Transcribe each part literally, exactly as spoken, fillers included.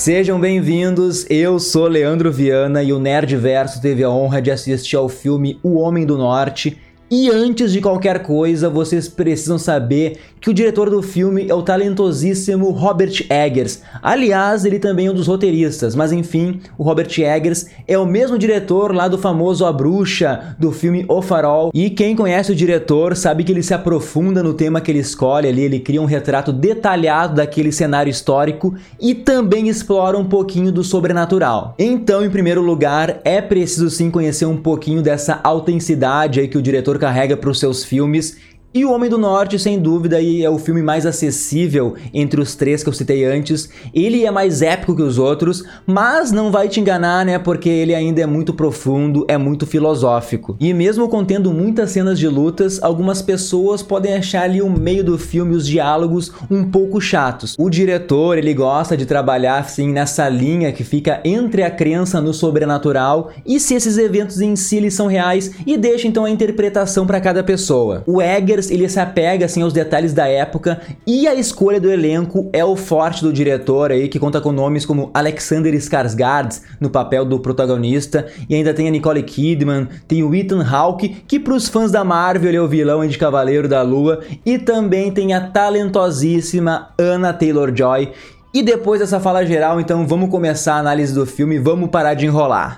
Sejam bem-vindos, eu sou Leandro Viana e o Nerdverso teve a honra de assistir ao filme O Homem do Norte. E antes de qualquer coisa, vocês precisam saber que o diretor do filme é o talentosíssimo Robert Eggers. Aliás, ele também é um dos roteiristas, mas enfim, o Robert Eggers é o mesmo diretor lá do famoso A Bruxa, do filme O Farol. E quem conhece o diretor sabe que ele se aprofunda no tema que ele escolhe ali, ele cria um retrato detalhado daquele cenário histórico e também explora um pouquinho do sobrenatural. Então, em primeiro lugar, é preciso sim conhecer um pouquinho dessa autenticidade aí que o diretor carrega para os seus filmes. E O Homem do Norte, sem dúvida, aí é o filme mais acessível entre os três que eu citei antes. Ele é mais épico que os outros, mas não vai te enganar, né? Porque ele ainda é muito profundo, é muito filosófico. E mesmo contendo muitas cenas de lutas, algumas pessoas podem achar ali o meio do filme, os diálogos, um pouco chatos. O diretor, ele gosta de trabalhar, assim, nessa linha que fica entre a crença no sobrenatural e se esses eventos em si eles são reais, e deixa então a interpretação para cada pessoa. O Eggers, ele se apega assim aos detalhes da época e a escolha do elenco é o forte do diretor aí, que conta com nomes como Alexander Skarsgård no papel do protagonista, e ainda tem a Nicole Kidman, tem o Ethan Hawke, que para os fãs da Marvel ele é o vilão de Cavaleiro da Lua, e também tem a talentosíssima Anya Taylor-Joy. E depois dessa fala geral, então vamos começar a análise do filme, vamos parar de enrolar.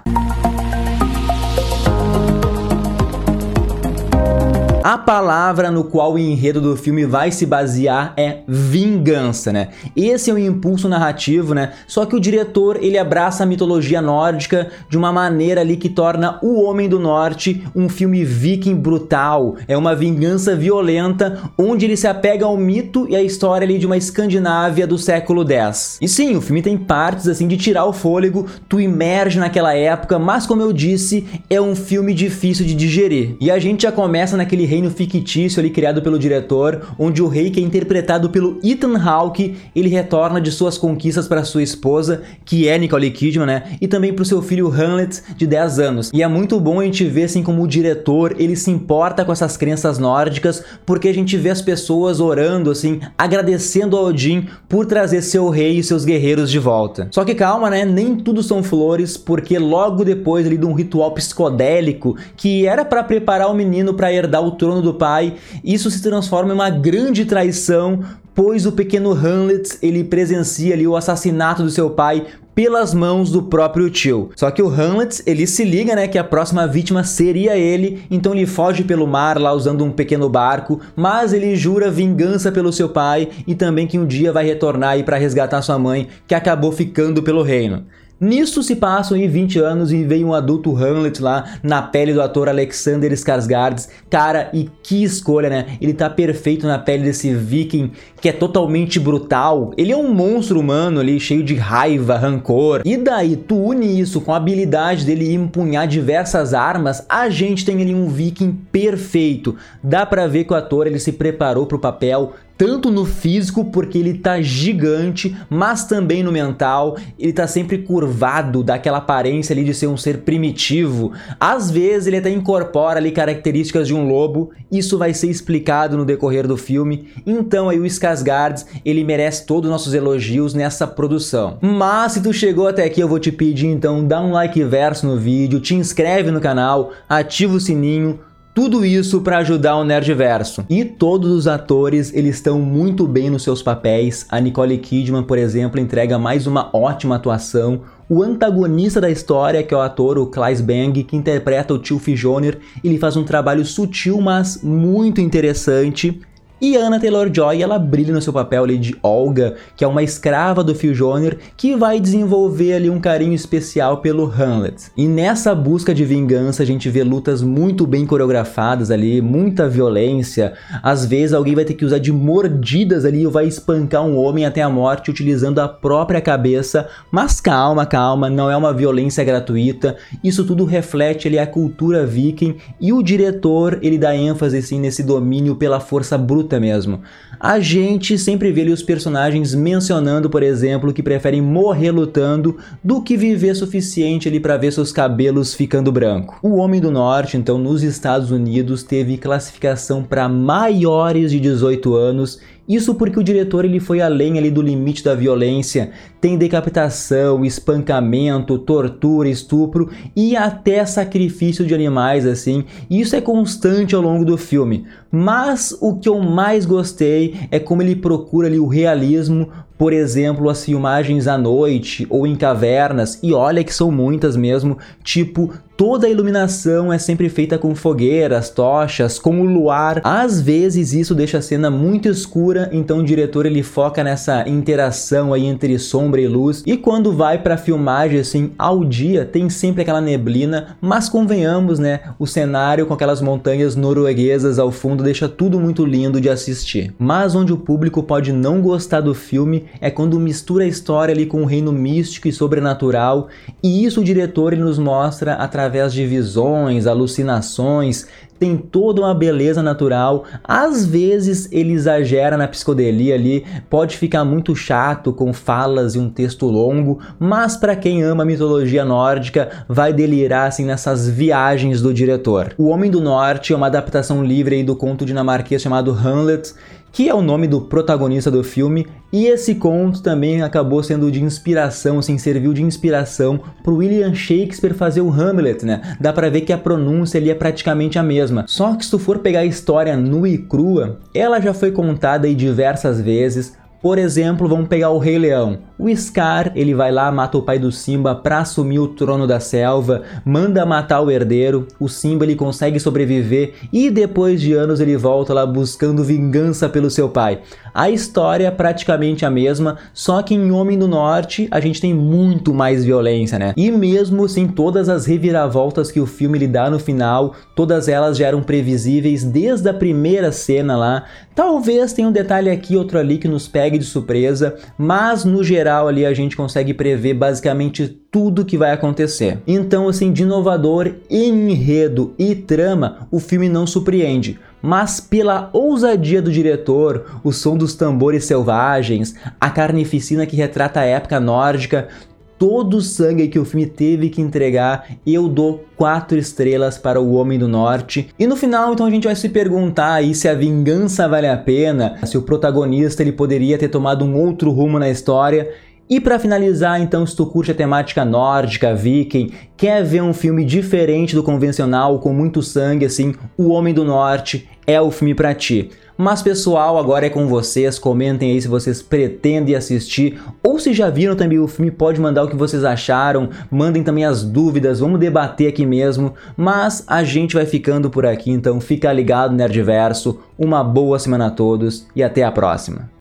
A palavra no qual o enredo do filme vai se basear é vingança, né? Esse é o impulso narrativo, né? Só que o diretor, ele abraça a mitologia nórdica de uma maneira ali que torna O Homem do Norte um filme viking brutal. É uma vingança violenta, onde ele se apega ao mito e à história ali de uma Escandinávia do século dez. E sim, o filme tem partes assim de tirar o fôlego, tu imerge naquela época, mas como eu disse, é um filme difícil de digerir. E a gente já começa naquele reino fictício ali criado pelo diretor, onde o rei, que é interpretado pelo Ethan Hawke, ele retorna de suas conquistas para sua esposa, que é Nicole Kidman, né? E também para o seu filho Hamlet, de dez anos. E é muito bom a gente ver assim como o diretor, ele se importa com essas crenças nórdicas, porque a gente vê as pessoas orando assim, agradecendo a Odin por trazer seu rei e seus guerreiros de volta. Só que calma, né? Nem tudo são flores, porque logo depois ali de um ritual psicodélico, que era para preparar o menino para herdar o trono do pai, isso se transforma em uma grande traição, pois o pequeno Hamlet, ele presencia ali o assassinato do seu pai pelas mãos do próprio tio. Só que o Hamlet, ele se liga, né, que a próxima vítima seria ele, então ele foge pelo mar lá usando um pequeno barco, mas ele jura vingança pelo seu pai e também que um dia vai retornar aí para resgatar sua mãe, que acabou ficando pelo reino. Nisso se passam aí vinte anos e vem um adulto Hamlet lá na pele do ator Alexander Skarsgård. Cara, e que escolha, né? Ele tá perfeito na pele desse viking que é totalmente brutal. Ele é um monstro humano ali, cheio de raiva, rancor. E daí, tu une isso com a habilidade dele empunhar diversas armas, a gente tem ali um viking perfeito. Dá pra ver que o ator, ele se preparou pro papel, tanto no físico, porque ele tá gigante, mas também no mental. Ele tá sempre curvado, dá aquela aparência ali de ser um ser primitivo. Às vezes ele até incorpora ali características de um lobo, isso vai ser explicado no decorrer do filme. Então aí o Skarsgård, ele merece todos os nossos elogios nessa produção. Mas se tu chegou até aqui, eu vou te pedir então, dá um like verso no vídeo, te inscreve no canal, ativa o sininho. Tudo isso para ajudar o Nerdverso. E todos os atores, eles estão muito bem nos seus papéis. A Nicole Kidman, por exemplo, entrega mais uma ótima atuação. O antagonista da história, que é o ator, o Claes Bang, que interpreta o tio Fijoner, ele faz um trabalho sutil, mas muito interessante. E a Anya Taylor-Joy, ela brilha no seu papel ali de Olga, que é uma escrava do Fijoner, que vai desenvolver ali um carinho especial pelo Hamlet. E nessa busca de vingança, a gente vê lutas muito bem coreografadas ali, muita violência. Às vezes alguém vai ter que usar de mordidas ali, ou vai espancar um homem até a morte utilizando a própria cabeça. Mas calma, calma, não é uma violência gratuita. Isso tudo reflete ali a cultura viking, e o diretor, ele dá ênfase assim nesse domínio pela força bruta mesmo. A gente sempre vê ali os personagens mencionando, por exemplo, que preferem morrer lutando do que viver suficiente ali para ver seus cabelos ficando branco. O Homem do Norte, então, nos Estados Unidos, teve classificação para maiores de dezoito anos Isso porque o diretor ele foi além ali do limite da violência, tem decapitação, espancamento, tortura, estupro e até sacrifício de animais assim, e isso é constante ao longo do filme. Mas o que eu mais gostei é como ele procura ali o realismo, por exemplo, as filmagens à noite ou em cavernas, e olha que são muitas mesmo, tipo, toda a iluminação é sempre feita com fogueiras, tochas, com o luar. Às vezes isso deixa a cena muito escura, então o diretor ele foca nessa interação aí entre sombra e luz, e quando vai pra filmagem assim ao dia, tem sempre aquela neblina, mas convenhamos, né, o cenário com aquelas montanhas norueguesas ao fundo deixa tudo muito lindo de assistir. Mas onde o público pode não gostar do filme é quando mistura a história ali com o reino místico e sobrenatural, e isso o diretor ele nos mostra através de visões, alucinações, tem toda uma beleza natural. Às vezes ele exagera na psicodelia ali, pode ficar muito chato com falas e um texto longo, mas para quem ama a mitologia nórdica vai delirar assim nessas viagens do diretor. O Homem do Norte é uma adaptação livre aí do conto dinamarquês chamado Hamlet, que é o nome do protagonista do filme, e esse conto também acabou sendo de inspiração, assim, serviu de inspiração para o William Shakespeare fazer o Hamlet, né? Dá pra ver que a pronúncia ali é praticamente a mesma. Só que se tu for pegar a história nua e crua, ela já foi contada aí diversas vezes. Por exemplo, vamos pegar o Rei Leão. O Scar, ele vai lá, mata o pai do Simba para assumir o trono da selva, manda matar o herdeiro, o Simba ele consegue sobreviver e depois de anos ele volta lá buscando vingança pelo seu pai. A história é praticamente a mesma, só que em Homem do Norte a gente tem muito mais violência, né? E mesmo assim, todas as reviravoltas que o filme lhe dá no final, todas elas já eram previsíveis desde a primeira cena lá. Talvez tenha um detalhe aqui, outro ali que nos pegue de surpresa, mas no geral ali a gente consegue prever basicamente tudo que vai acontecer. Então, assim, de inovador em enredo e trama, o filme não surpreende, mas pela ousadia do diretor, o som dos tambores selvagens, a carnificina que retrata a época nórdica, todo o sangue que o filme teve que entregar, eu dou quatro estrelas para O Homem do Norte. E no final, então, a gente vai se perguntar aí se a vingança vale a pena, se o protagonista ele poderia ter tomado um outro rumo na história. E para finalizar, então, se tu curte a temática nórdica, viking, quer ver um filme diferente do convencional, com muito sangue, assim, O Homem do Norte é o filme para ti. Mas pessoal, agora é com vocês, comentem aí se vocês pretendem assistir ou se já viram também o filme, pode mandar o que vocês acharam, mandem também as dúvidas, vamos debater aqui mesmo, mas a gente vai ficando por aqui, então fica ligado Nerdverso, uma boa semana a todos e até a próxima.